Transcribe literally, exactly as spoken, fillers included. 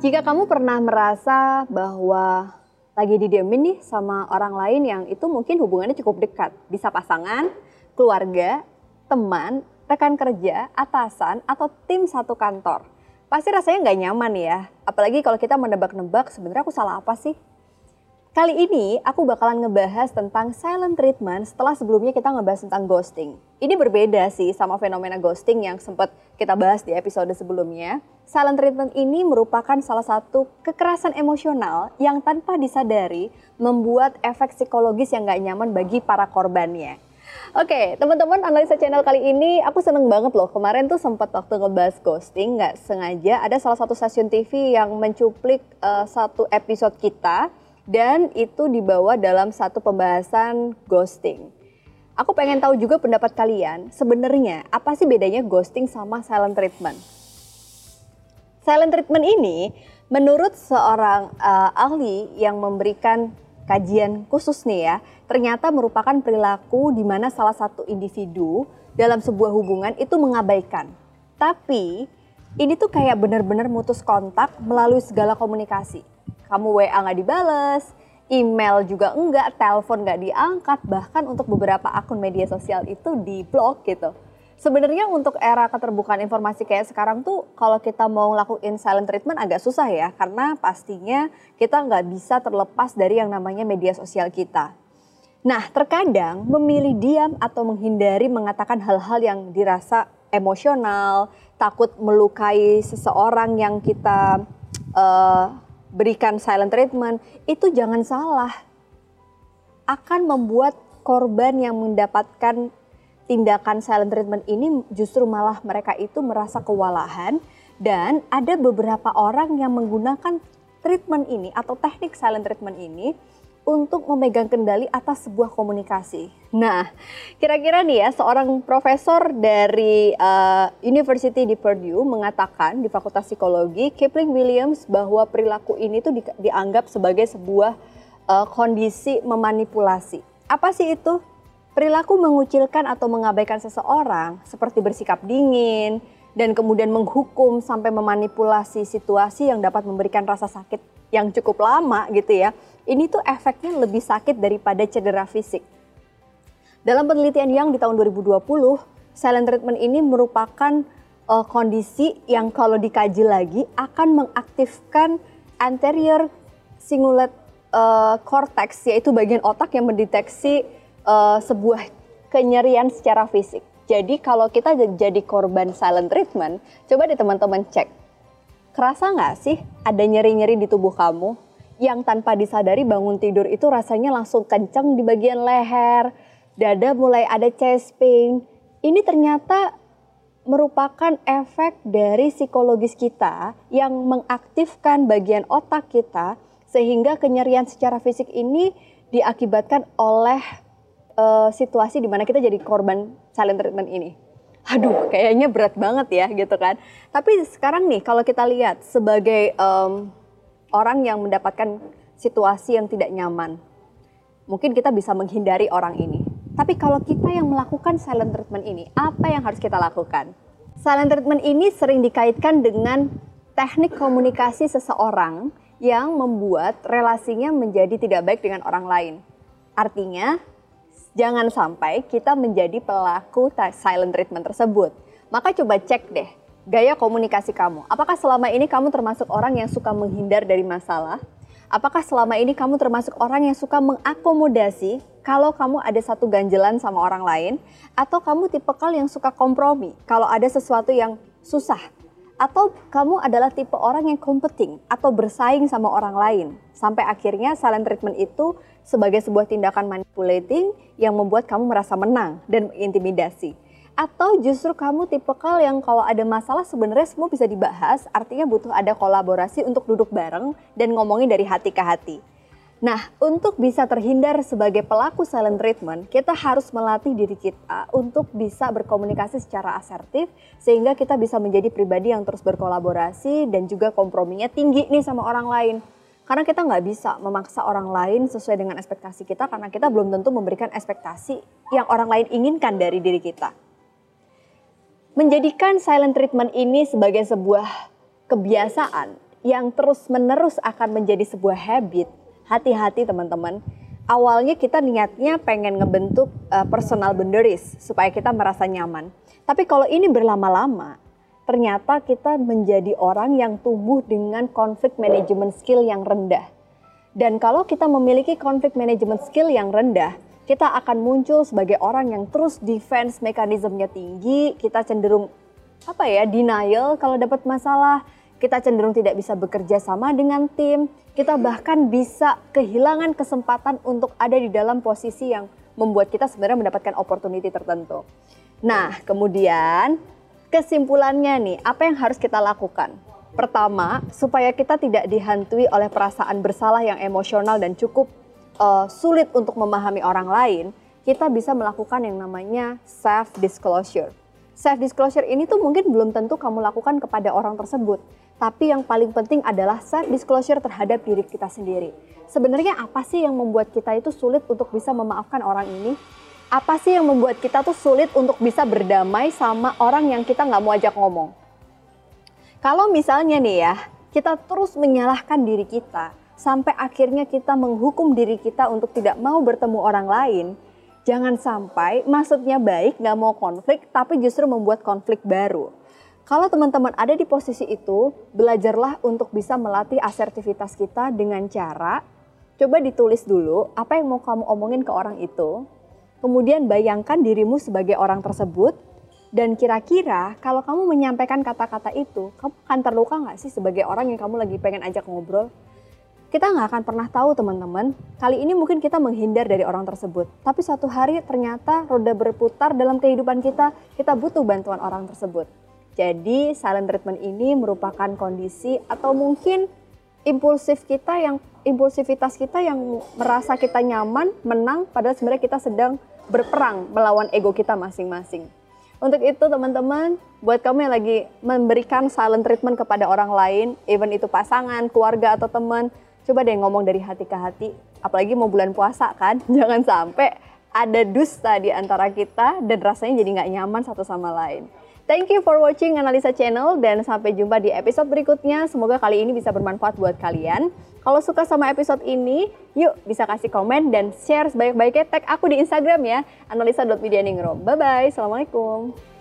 Jika kamu pernah merasa bahwa lagi didiemin nih sama orang lain yang itu mungkin hubungannya cukup dekat, bisa pasangan, keluarga, teman, rekan kerja, atasan, atau tim satu kantor. Pasti rasanya nggak nyaman ya, apalagi kalau kita menebak-nebak sebenarnya aku salah apa sih? Kali ini aku bakalan ngebahas tentang silent treatment setelah sebelumnya kita ngebahas tentang ghosting. Ini berbeda sih sama fenomena ghosting yang sempat kita bahas di episode sebelumnya. Silent treatment ini merupakan salah satu kekerasan emosional yang tanpa disadari membuat efek psikologis yang gak nyaman bagi para korbannya. Oke, teman-teman, analisa channel kali ini aku seneng banget loh. Kemarin tuh sempat waktu ngebahas ghosting, gak sengaja ada salah satu stasiun T V yang mencuplik uh, satu episode kita. Dan itu dibawa dalam satu pembahasan ghosting. Aku pengen tahu juga pendapat kalian, sebenarnya apa sih bedanya ghosting sama silent treatment? Silent treatment ini menurut seorang uh, ahli yang memberikan kajian khusus nih ya, ternyata merupakan perilaku di mana salah satu individu dalam sebuah hubungan itu mengabaikan. Tapi ini tuh kayak benar-benar mutus kontak melalui segala komunikasi. Kamu W A nggak dibales, email juga enggak, telepon nggak diangkat, bahkan untuk beberapa akun media sosial itu di-blok gitu. Sebenarnya untuk era keterbukaan informasi kayak sekarang tuh kalau kita mau ngelakuin silent treatment agak susah ya, karena pastinya kita nggak bisa terlepas dari yang namanya media sosial kita. Nah, terkadang memilih diam atau menghindari mengatakan hal-hal yang dirasa emosional, takut melukai seseorang yang kita uh, berikan silent treatment, itu jangan salah. Akan membuat korban yang mendapatkan tindakan silent treatment ini justru malah mereka itu merasa kewalahan, dan ada beberapa orang yang menggunakan treatment ini atau teknik silent treatment ini untuk memegang kendali atas sebuah komunikasi. Nah, kira-kira nih ya, seorang profesor dari uh, University di Purdue mengatakan di Fakultas Psikologi, Kipling Williams, bahwa perilaku ini tuh di, dianggap sebagai sebuah uh, kondisi memanipulasi. Apa sih itu? Perilaku mengucilkan atau mengabaikan seseorang, seperti bersikap dingin, dan kemudian menghukum sampai memanipulasi situasi yang dapat memberikan rasa sakit yang cukup lama gitu ya. Ini tuh efeknya lebih sakit daripada cedera fisik. Dalam penelitian yang di tahun dua ribu dua puluh, silent treatment ini merupakan uh, kondisi yang kalau dikaji lagi akan mengaktifkan anterior cingulate uh, cortex, yaitu bagian otak yang mendeteksi uh, sebuah kenyerian secara fisik. Jadi kalau kita jadi korban silent treatment, coba deh teman-teman cek. Kerasa nggak sih ada nyeri-nyeri di tubuh kamu? Yang tanpa disadari bangun tidur itu rasanya langsung kenceng di bagian leher, dada mulai ada chest pain. Ini ternyata merupakan efek dari psikologis kita yang mengaktifkan bagian otak kita sehingga kenyerian secara fisik ini diakibatkan oleh uh, situasi di mana kita jadi korban silent treatment ini. Aduh, kayaknya berat banget ya gitu kan. Tapi sekarang nih kalau kita lihat sebagai um, orang yang mendapatkan situasi yang tidak nyaman, mungkin kita bisa menghindari orang ini. Tapi kalau kita yang melakukan silent treatment ini, apa yang harus kita lakukan? Silent treatment ini sering dikaitkan dengan teknik komunikasi seseorang yang membuat relasinya menjadi tidak baik dengan orang lain. Artinya, jangan sampai kita menjadi pelaku silent treatment tersebut. Maka coba cek deh gaya komunikasi kamu. Apakah selama ini kamu termasuk orang yang suka menghindar dari masalah? Apakah selama ini kamu termasuk orang yang suka mengakomodasi kalau kamu ada satu ganjelan sama orang lain? Atau kamu tipikal yang suka kompromi kalau ada sesuatu yang susah? Atau kamu adalah tipe orang yang competing atau bersaing sama orang lain? Sampai akhirnya silent treatment itu sebagai sebuah tindakan manipulating yang membuat kamu merasa menang dan mengintimidasi. Atau justru kamu tipikal yang kalau ada masalah sebenarnya semua bisa dibahas, artinya butuh ada kolaborasi untuk duduk bareng dan ngomongin dari hati ke hati. Nah, untuk bisa terhindar sebagai pelaku silent treatment, kita harus melatih diri kita untuk bisa berkomunikasi secara asertif sehingga kita bisa menjadi pribadi yang terus berkolaborasi dan juga komprominya tinggi nih sama orang lain. Karena kita nggak bisa memaksa orang lain sesuai dengan ekspektasi kita karena kita belum tentu memberikan ekspektasi yang orang lain inginkan dari diri kita. Menjadikan silent treatment ini sebagai sebuah kebiasaan yang terus-menerus akan menjadi sebuah habit, hati-hati teman-teman. Awalnya kita niatnya pengen ngebentuk uh, personal boundaries supaya kita merasa nyaman. Tapi kalau ini berlama-lama, ternyata kita menjadi orang yang tumbuh dengan conflict management skill yang rendah. Dan kalau kita memiliki conflict management skill yang rendah, kita akan muncul sebagai orang yang terus defense mekanismenya tinggi, kita cenderung apa ya, denial kalau dapat masalah, kita cenderung tidak bisa bekerja sama dengan tim, kita bahkan bisa kehilangan kesempatan untuk ada di dalam posisi yang membuat kita sebenarnya mendapatkan opportunity tertentu. Nah, kemudian kesimpulannya nih, apa yang harus kita lakukan? Pertama, supaya kita tidak dihantui oleh perasaan bersalah yang emosional dan cukup uh, sulit untuk memahami orang lain, kita bisa melakukan yang namanya self-disclosure. Self-disclosure ini tuh mungkin belum tentu kamu lakukan kepada orang tersebut, tapi yang paling penting adalah self-disclosure terhadap diri kita sendiri. Sebenarnya apa sih yang membuat kita itu sulit untuk bisa memaafkan orang ini? Apa sih yang membuat kita tuh sulit untuk bisa berdamai sama orang yang kita nggak mau ajak ngomong? Kalau misalnya nih ya, kita terus menyalahkan diri kita, sampai akhirnya kita menghukum diri kita untuk tidak mau bertemu orang lain, jangan sampai maksudnya baik, nggak mau konflik, tapi justru membuat konflik baru. Kalau teman-teman ada di posisi itu, belajarlah untuk bisa melatih asertivitas kita dengan cara, coba ditulis dulu apa yang mau kamu omongin ke orang itu, kemudian bayangkan dirimu sebagai orang tersebut, dan kira-kira kalau kamu menyampaikan kata-kata itu, kamu akan terluka nggak sih sebagai orang yang kamu lagi pengen ajak ngobrol? Kita nggak akan pernah tahu teman-teman, kali ini mungkin kita menghindar dari orang tersebut. Tapi suatu hari ternyata roda berputar dalam kehidupan kita, kita butuh bantuan orang tersebut. Jadi silent treatment ini merupakan kondisi atau mungkin impulsif kita yang impulsivitas kita yang merasa kita nyaman, menang, padahal sebenarnya kita sedang berperang melawan ego kita masing-masing. Untuk itu teman-teman, buat kamu yang lagi memberikan silent treatment kepada orang lain, even itu pasangan, keluarga atau teman, coba deh ngomong dari hati ke hati, apalagi mau bulan puasa kan, jangan sampai ada dusta di antara kita dan rasanya jadi nggak nyaman satu sama lain. Thank you for watching Analisa Channel dan sampai jumpa di episode berikutnya. Semoga kali ini bisa bermanfaat buat kalian. Kalau suka sama episode ini, yuk bisa kasih komen dan share sebanyak-banyaknya, tag aku di Instagram ya, analisa dot widyaningrum. Bye-bye, Assalamualaikum.